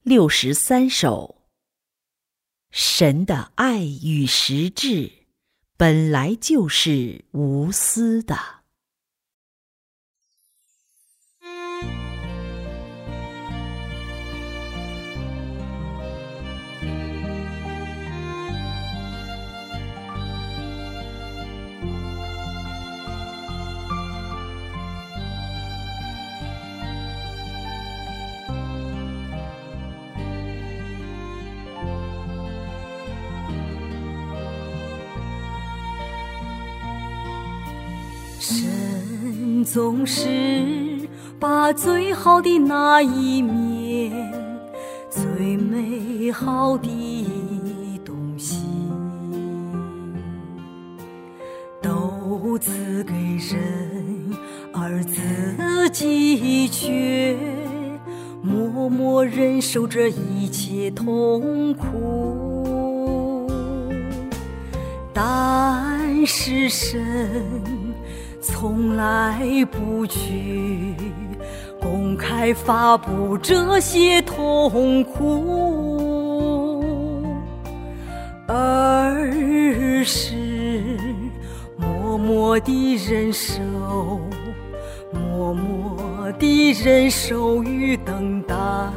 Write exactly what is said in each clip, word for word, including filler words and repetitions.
六十三首。神的爱与实质本来就是无私的。 神总是把最好的那一面，最美好的东西都赐给人，而自己却默默忍受着一切痛苦。但是神从来不去公开发布这些痛苦，而是默默地忍受，默默地忍受与等待。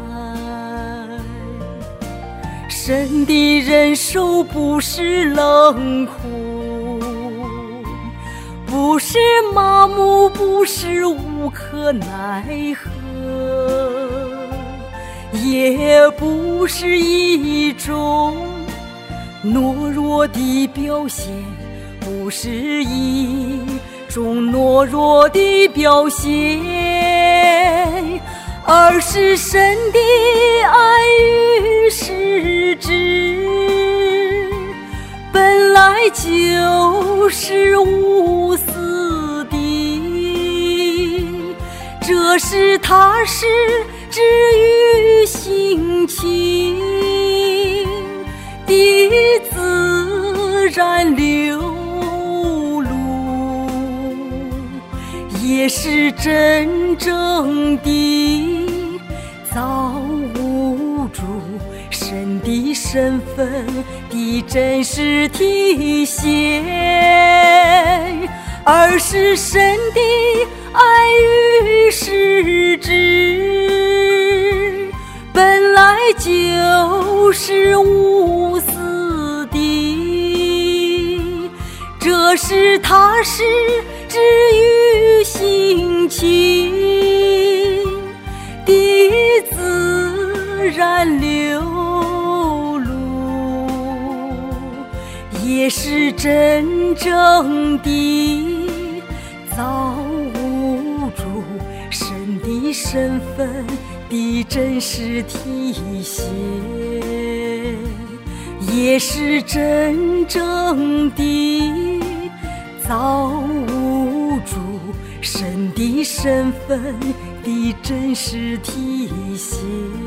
神的忍受不是冷酷，不是麻木，不是无可奈何，也不是一种懦弱的表现，不是一种懦弱的表现，而是神的爱与实质本来就是无私的，这是他是至于性情的自然流露，也是真正的造物主神的身份的真实体现，而是神的爱与实质本来就是无私的，这是他是至于性情的自然流露，也是真正的造物主神的身份的真实体现，也是真正的造物主神的身份的真实体现。